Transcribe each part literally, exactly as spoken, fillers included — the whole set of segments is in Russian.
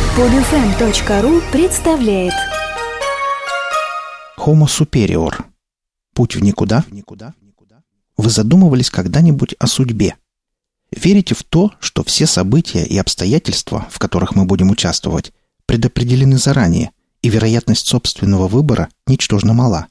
Подфм точка ру представляет Homo superior. Путь в никуда. Вы задумывались когда-нибудь о судьбе? Верите в то, что все события и обстоятельства, в которых мы будем участвовать, предопределены заранее, и вероятность собственного выбора ничтожно мала?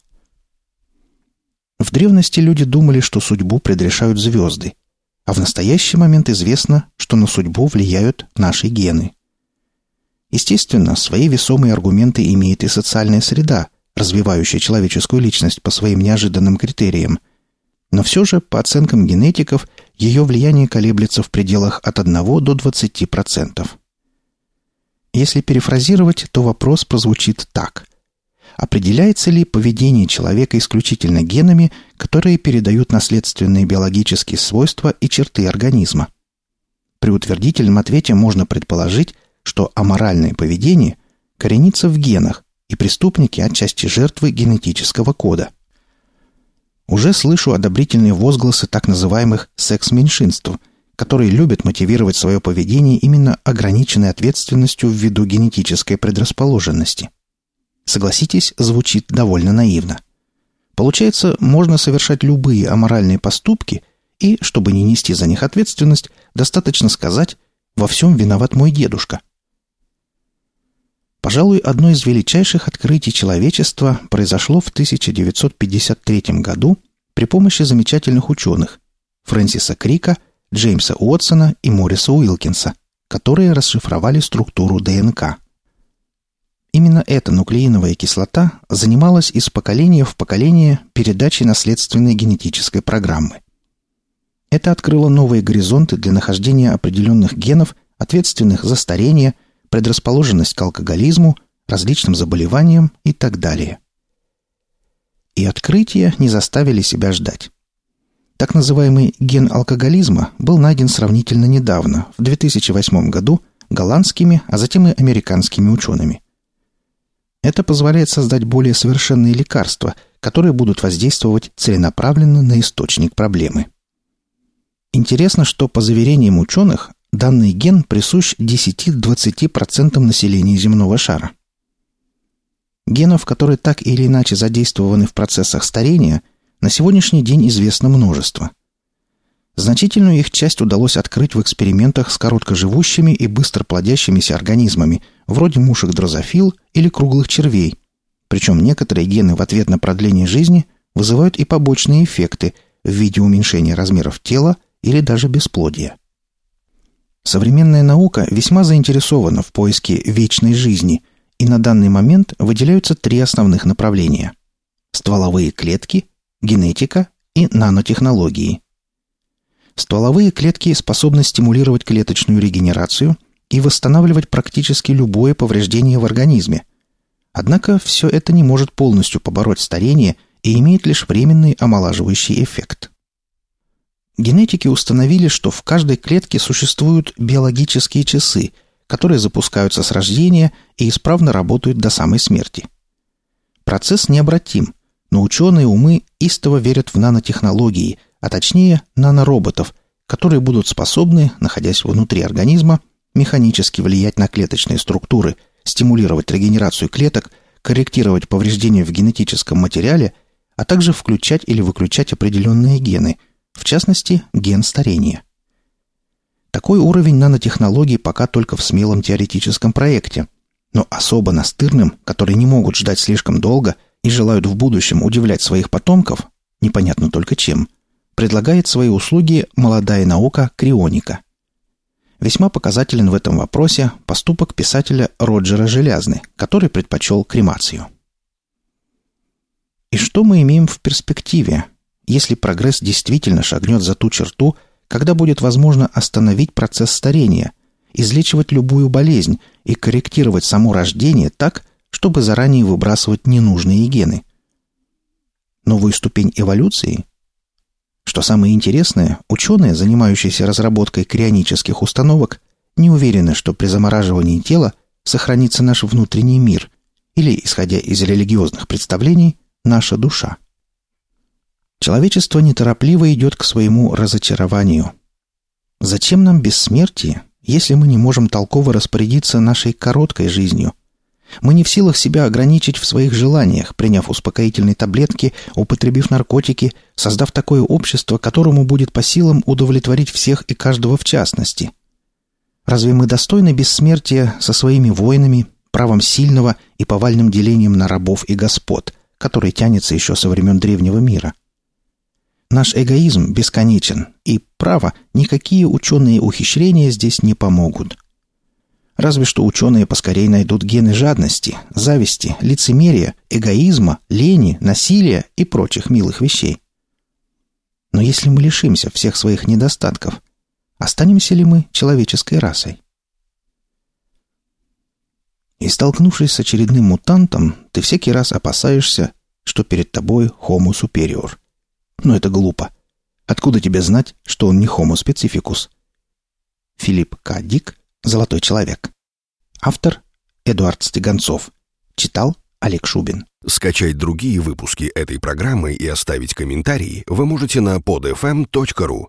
В древности люди думали, что судьбу предрешают звезды, а в настоящий момент известно, что на судьбу влияют наши гены. Естественно, свои весомые аргументы имеет и социальная среда, развивающая человеческую личность по своим неожиданным критериям. Но все же, по оценкам генетиков, ее влияние колеблется в пределах от одного до двадцати процентов. Если перефразировать, то вопрос прозвучит так. Определяется ли поведение человека исключительно генами, которые передают наследственные биологические свойства и черты организма? При утвердительном ответе можно предположить, что аморальное поведение коренится в генах, и преступники отчасти жертвы генетического кода. Уже слышу одобрительные возгласы так называемых секс-меньшинств, которые любят мотивировать свое поведение именно ограниченной ответственностью ввиду генетической предрасположенности. Согласитесь, звучит довольно наивно. Получается, можно совершать любые аморальные поступки, и, чтобы не нести за них ответственность, достаточно сказать «во всем виноват мой дедушка». Пожалуй, одно из величайших открытий человечества произошло в тысяча девятьсот пятьдесят третьем году при помощи замечательных ученых Фрэнсиса Крика, Джеймса Уотсона и Мориса Уилкинса, которые расшифровали структуру ДНК. Именно эта нуклеиновая кислота занималась из поколения в поколение передачей наследственной генетической программы. Это открыло новые горизонты для нахождения определенных генов, ответственных за старение, предрасположенность к алкоголизму, различным заболеваниям и так далее. И открытия не заставили себя ждать. Так называемый ген алкоголизма был найден сравнительно недавно, в две тысячи восьмом году, голландскими, а затем и американскими учеными. Это позволяет создать более совершенные лекарства, которые будут воздействовать целенаправленно на источник проблемы. Интересно, что по заверениям ученых, данный ген присущ десяти-двадцати процентам населения земного шара. Генов, которые так или иначе задействованы в процессах старения, на сегодняшний день известно множество. Значительную их часть удалось открыть в экспериментах с короткоживущими и быстро плодящимися организмами, вроде мушек дрозофил или круглых червей. Причем некоторые гены в ответ на продление жизни вызывают и побочные эффекты в виде уменьшения размеров тела или даже бесплодия. Современная наука весьма заинтересована в поиске вечной жизни, и на данный момент выделяются три основных направления – стволовые клетки, генетика и нанотехнологии. Стволовые клетки способны стимулировать клеточную регенерацию и восстанавливать практически любое повреждение в организме. Однако все это не может полностью побороть старение и имеет лишь временный омолаживающий эффект. Генетики установили, что в каждой клетке существуют биологические часы, которые запускаются с рождения и исправно работают до самой смерти. Процесс необратим, но ученые умы истово верят в нанотехнологии, а точнее нанороботов, которые будут способны, находясь внутри организма, механически влиять на клеточные структуры, стимулировать регенерацию клеток, корректировать повреждения в генетическом материале, а также включать или выключать определенные гены, в частности, ген старения. Такой уровень нанотехнологий пока только в смелом теоретическом проекте, но особо настырным, которые не могут ждать слишком долго и желают в будущем удивлять своих потомков, непонятно только чем, предлагает свои услуги молодая наука крионика. Весьма показателен в этом вопросе поступок писателя Роджера Желязны, который предпочел кремацию. И что мы имеем в перспективе, если прогресс действительно шагнет за ту черту, когда будет возможно остановить процесс старения, излечивать любую болезнь и корректировать само рождение так, чтобы заранее выбрасывать ненужные гены? Новую ступень эволюции? Что самое интересное, ученые, занимающиеся разработкой крионических установок, не уверены, что при замораживании тела сохранится наш внутренний мир или, исходя из религиозных представлений, наша душа. Человечество неторопливо идет к своему разочарованию. Зачем нам бессмертие, если мы не можем толково распорядиться нашей короткой жизнью? Мы не в силах себя ограничить в своих желаниях, приняв успокоительные таблетки, употребив наркотики, создав такое общество, которому будет по силам удовлетворить всех и каждого в частности. Разве мы достойны бессмертия со своими войнами, правом сильного и повальным делением на рабов и господ, который тянется еще со времен древнего мира? Наш эгоизм бесконечен, и, право, никакие ученые ухищрения здесь не помогут. Разве что ученые поскорее найдут гены жадности, зависти, лицемерия, эгоизма, лени, насилия и прочих милых вещей. Но если мы лишимся всех своих недостатков, останемся ли мы человеческой расой? И столкнувшись с очередным мутантом, ты всякий раз опасаешься, что перед тобой Homo superior. Но это глупо. Откуда тебе знать, что он не Homo specificus? Филипп К. Дик, «Золотой человек». Автор Эдуард Стеганцов. Читал Олег Шубин. Скачать другие выпуски этой программы и оставить комментарии вы можете на под эф эм точка ру.